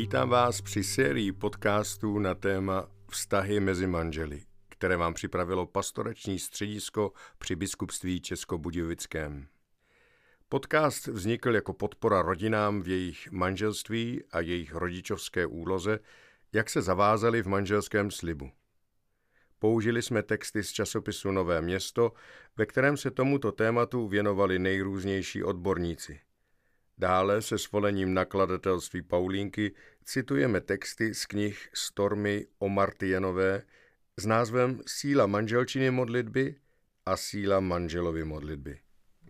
Vítám vás při sérii podcastů na téma Vztahy mezi manželi, které vám připravilo pastorační středisko při biskupství Českobudějovickém. Podcast vznikl jako podpora rodinám v jejich manželství a jejich rodičovské úloze, jak se zavázali v manželském slibu. Použili jsme texty z časopisu Nové město, ve kterém se tomuto tématu věnovali nejrůznější odborníci. Dále se svolením nakladatelství Paulínky citujeme texty z knih Stormy Omartyjenové s názvem Síla manželčiny modlitby a Síla manželovy modlitby.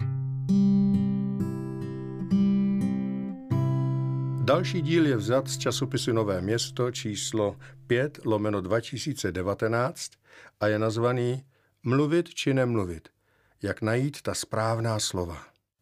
Další díl je vzat z časopisu Nové město číslo 5/2019 a je nazvaný Mluvit či nemluvit, jak najít ta správná slova.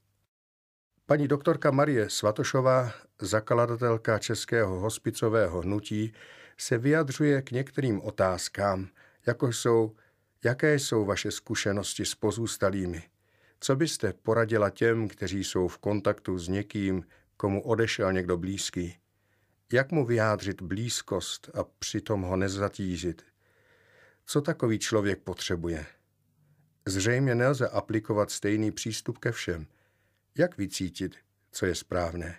Paní doktorka Marie Svatošová, zakladatelka Českého hospicového hnutí, se vyjadřuje k některým otázkám, jako jsou, jaké jsou vaše zkušenosti s pozůstalými, co byste poradila těm, kteří jsou v kontaktu s někým, komu odešel někdo blízký, jak mu vyjádřit blízkost a přitom ho nezatížit, co takový člověk potřebuje. Zřejmě nelze aplikovat stejný přístup ke všem. Jak vycítit, co je správné?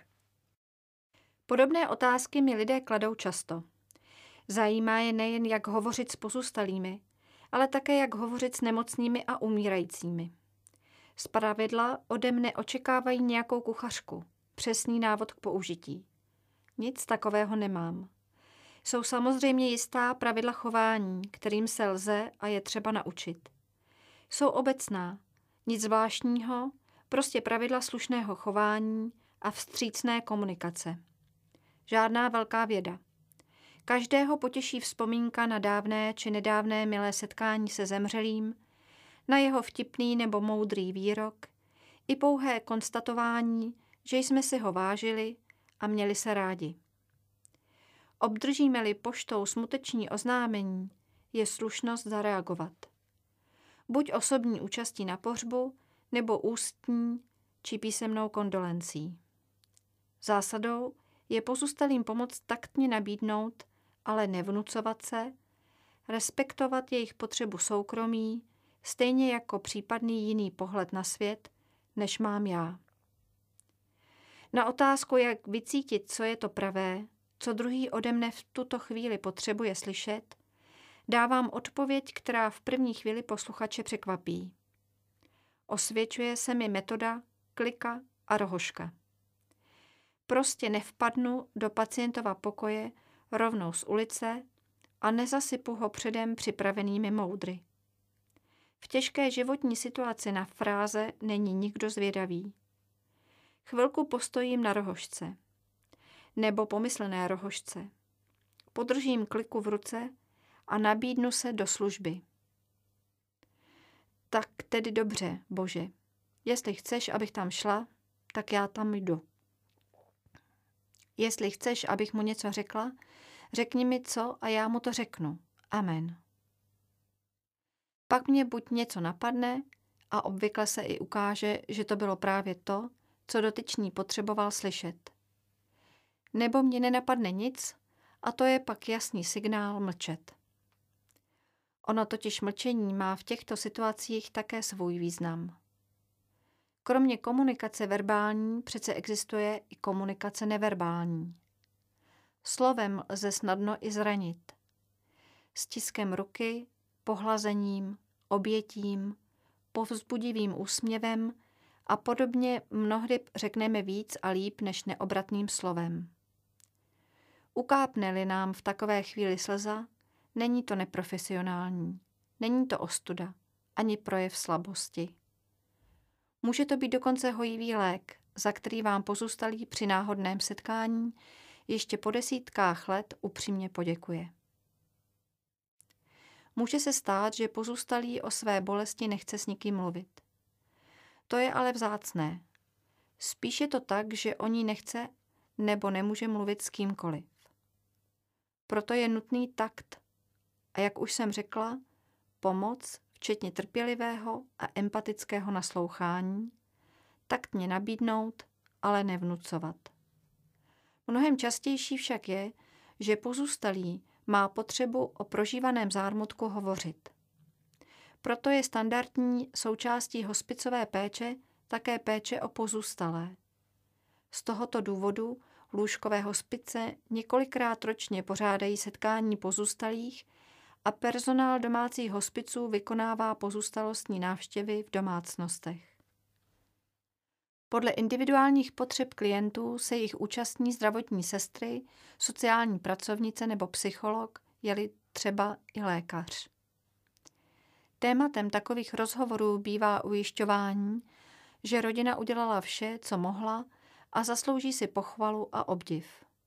Podobné otázky mi lidé kladou často. Zajímá je nejen, jak hovořit s pozůstalými, ale také, jak hovořit s nemocnými a umírajícími. Zpravidla ode mne očekávají nějakou kuchařku, přesný návod k použití. Nic takového nemám. Jsou samozřejmě jistá pravidla chování, kterým se lze a je třeba naučit. Jsou obecná, nic zvláštního, prostě pravidla slušného chování a vstřícné komunikace. Žádná velká věda. Každého potěší vzpomínka na dávné či nedávné milé setkání se zemřelým, na jeho vtipný nebo moudrý výrok, i pouhé konstatování, že jsme si ho vážili a měli se rádi. Obdržíme-li poštou smuteční oznámení, je slušnost zareagovat. Buď osobní účastí na pohřbu, nebo ústní či písemnou kondolencí. Zásadou je pozůstalým pomoct taktně nabídnout, ale nevnucovat se, respektovat jejich potřebu soukromí, stejně jako případný jiný pohled na svět, než mám já. Na otázku, jak vycítit, co je to pravé, co druhý ode mne v tuto chvíli potřebuje slyšet, dávám odpověď, která v první chvíli posluchače překvapí. Osvědčuje se mi metoda klika a rohožka. Prostě nevpadnu do pacientova pokoje rovnou z ulice a nezasypu ho předem připravenými moudry. V těžké životní situaci na fráze není nikdo zvědavý. Chvilku postojím na rohožce. Nebo pomyslné rohožce. Podržím kliku v ruce a nabídnu se do služby. Tak tedy dobře, Bože. Jestli chceš, abych tam šla, tak já tam jdu. Jestli chceš, abych mu něco řekla, řekni mi co a já mu to řeknu. Amen. Pak mě buď něco napadne a obvykle se i ukáže, že to bylo právě to, co dotyčný potřeboval slyšet. Nebo mě nenapadne nic a to je pak jasný signál mlčet. Ono totiž mlčení má v těchto situacích také svůj význam. Kromě komunikace verbální přece existuje i komunikace neverbální. Slovem lze snadno i zranit. Stiskem ruky, pohlazením, objetím, povzbudivým úsměvem a podobně mnohdy řekneme víc a líp než neobratným slovem. Ukápne-li nám v takové chvíli slza, není to neprofesionální, není to ostuda, ani projev slabosti. Může to být dokonce hojivý lék, za který vám pozůstalý při náhodném setkání ještě po desítkách let upřímně poděkuje. Může se stát, že pozůstalý o své bolesti nechce s nikým mluvit. To je ale vzácné. Spíš je to tak, že o ní nechce nebo nemůže mluvit s kýmkoliv. Proto je nutný takt. A jak už jsem řekla, pomoc, včetně trpělivého a empatického naslouchání, taktně nabídnout, ale nevnucovat. Mnohem častější však je, že pozůstalý má potřebu o prožívaném zármutku hovořit. Proto je standardní součástí hospicové péče také péče o pozůstalé. Z tohoto důvodu lůžkové hospice několikrát ročně pořádají setkání pozůstalých a personál domácích hospiců vykonává pozůstalostní návštěvy v domácnostech. Podle individuálních potřeb klientů se jich účastní zdravotní sestry, sociální pracovnice nebo psycholog, je-li třeba i lékař. Tématem takových rozhovorů bývá ujišťování, že rodina udělala vše, co mohla, a zaslouží si pochvalu a obdiv.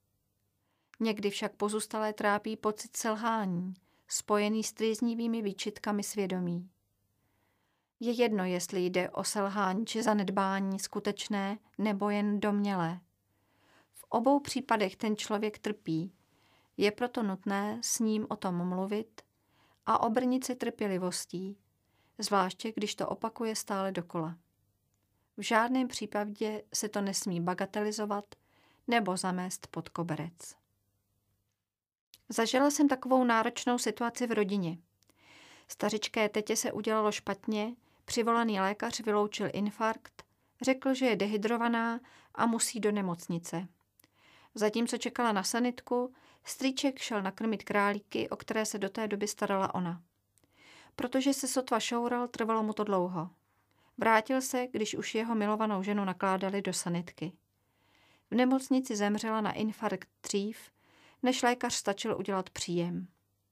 Někdy však pozůstalé trápí pocit selhání, spojený s trýznivými výčitkami svědomí. Je jedno, jestli jde o selhání či zanedbání skutečné nebo jen domnělé. V obou případech ten člověk trpí, je proto nutné s ním o tom mluvit a obrnit si trpělivostí, zvláště když to opakuje stále dokola. V žádném případě se to nesmí bagatelizovat nebo zamést pod koberec. Zažila jsem takovou náročnou situaci v rodině. Stařičké tetě se udělalo špatně, přivolaný lékař vyloučil infarkt, řekl, že je dehydrovaná a musí do nemocnice. Zatímco čekala na sanitku, strýček šel nakrmit králíky, o které se do té doby starala ona. Protože se sotva šoural, trvalo mu to dlouho. Vrátil se, když už jeho milovanou ženu nakládali do sanitky. V nemocnici zemřela na infarkt dřív, než lékař stačil udělat příjem.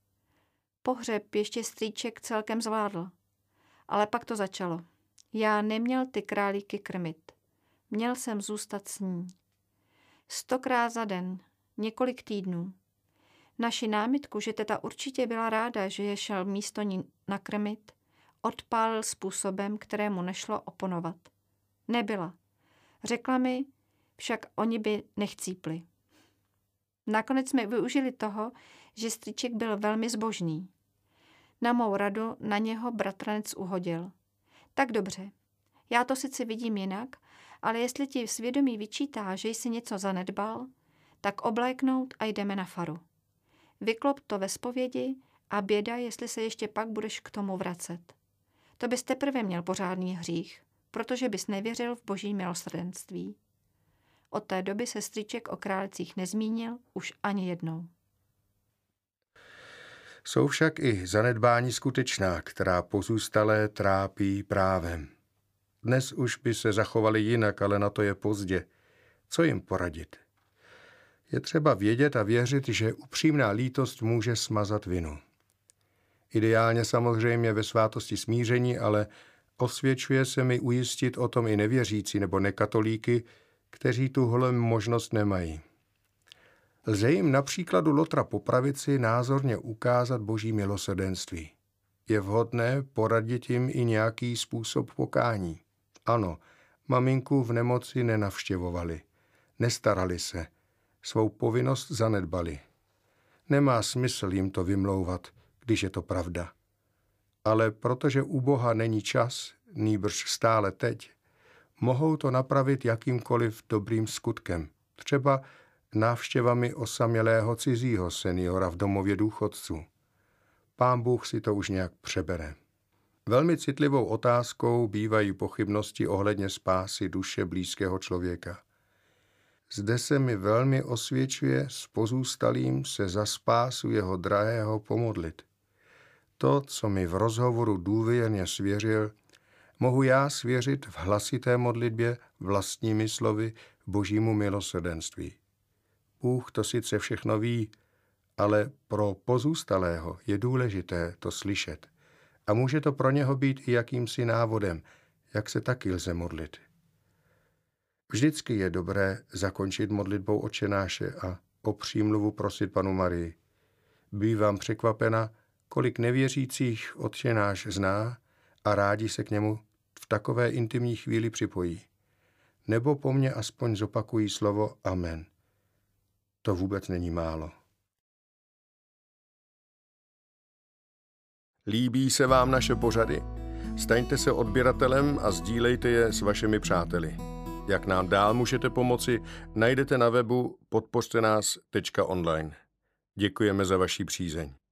Pohřeb ještě strýček celkem zvládl, ale pak to začalo. Já neměl ty králíky krmit. Měl jsem zůstat s ní. 100krát za den, několik týdnů. Naši námitku, že teta určitě byla ráda, že je šel místo ní nakrmit, odpálil způsobem, kterému nešlo oponovat. Nebyla. Řekla mi, však oni by nechcípli. Nakonec jsme využili toho, že strýček byl velmi zbožný. Na mou radu na něho bratranec uhodil. Tak dobře, já to sice vidím jinak, ale jestli ti svědomí vyčítá, že jsi něco zanedbal, tak obléknout a jdeme na faru. Vyklop to ve zpovědi a běda, jestli se ještě pak budeš k tomu vracet. To bys teprve měl pořádný hřích, protože bys nevěřil v boží milosrdenství. Od té doby se strýček o králicích nezmínil už ani jednou. Jsou však i zanedbání skutečná, která pozůstalé trápí právem. Dnes už by se zachovali jinak, ale na to je pozdě. Co jim poradit? Je třeba vědět a věřit, že upřímná lítost může smazat vinu. Ideálně samozřejmě ve svátosti smíření, ale osvědčuje se mi ujistit o tom i nevěřící nebo nekatolíky, kteří tuhle možnost nemají. Lze jim na příkladu Lotra Popravici názorně ukázat boží milosrdenství. Je vhodné poradit jim i nějaký způsob pokání. Ano, maminku v nemoci nenavštěvovali, nestarali se, svou povinnost zanedbali. Nemá smysl jim to vymlouvat, když je to pravda. Ale protože u Boha není čas, nýbrž stále teď, mohou to napravit jakýmkoliv dobrým skutkem. Třeba návštěvami osamělého cizího seniora v domově důchodců. Pán Bůh si to už nějak přebere. Velmi citlivou otázkou bývají pochybnosti ohledně spásy duše blízkého člověka. Zde se mi velmi osvědčuje s pozůstalým se za spásu jeho drahého pomodlit. To, co mi v rozhovoru důvěrně svěřil, mohu já svěřit v hlasité modlitbě vlastními slovy božímu milosrdenství. Bůh to sice všechno ví, ale pro pozůstalého je důležité to slyšet a může to pro něho být i jakýmsi návodem, jak se taky lze modlit. Vždycky je dobré zakončit modlitbou Otčenáše a o přímluvu prosit Panu Marii. Bývám překvapena, kolik nevěřících Otčenáš zná a rádi se k němu v takové intimní chvíli připojí. Nebo po mně aspoň zopakují slovo Amen. To vůbec není málo. Líbí se vám naše pořady? Staňte se odběratelem a sdílejte je s vašimi přáteli. Jak nám dál můžete pomoci, najdete na webu podpořtenas.online. Děkujeme za vaši přízeň.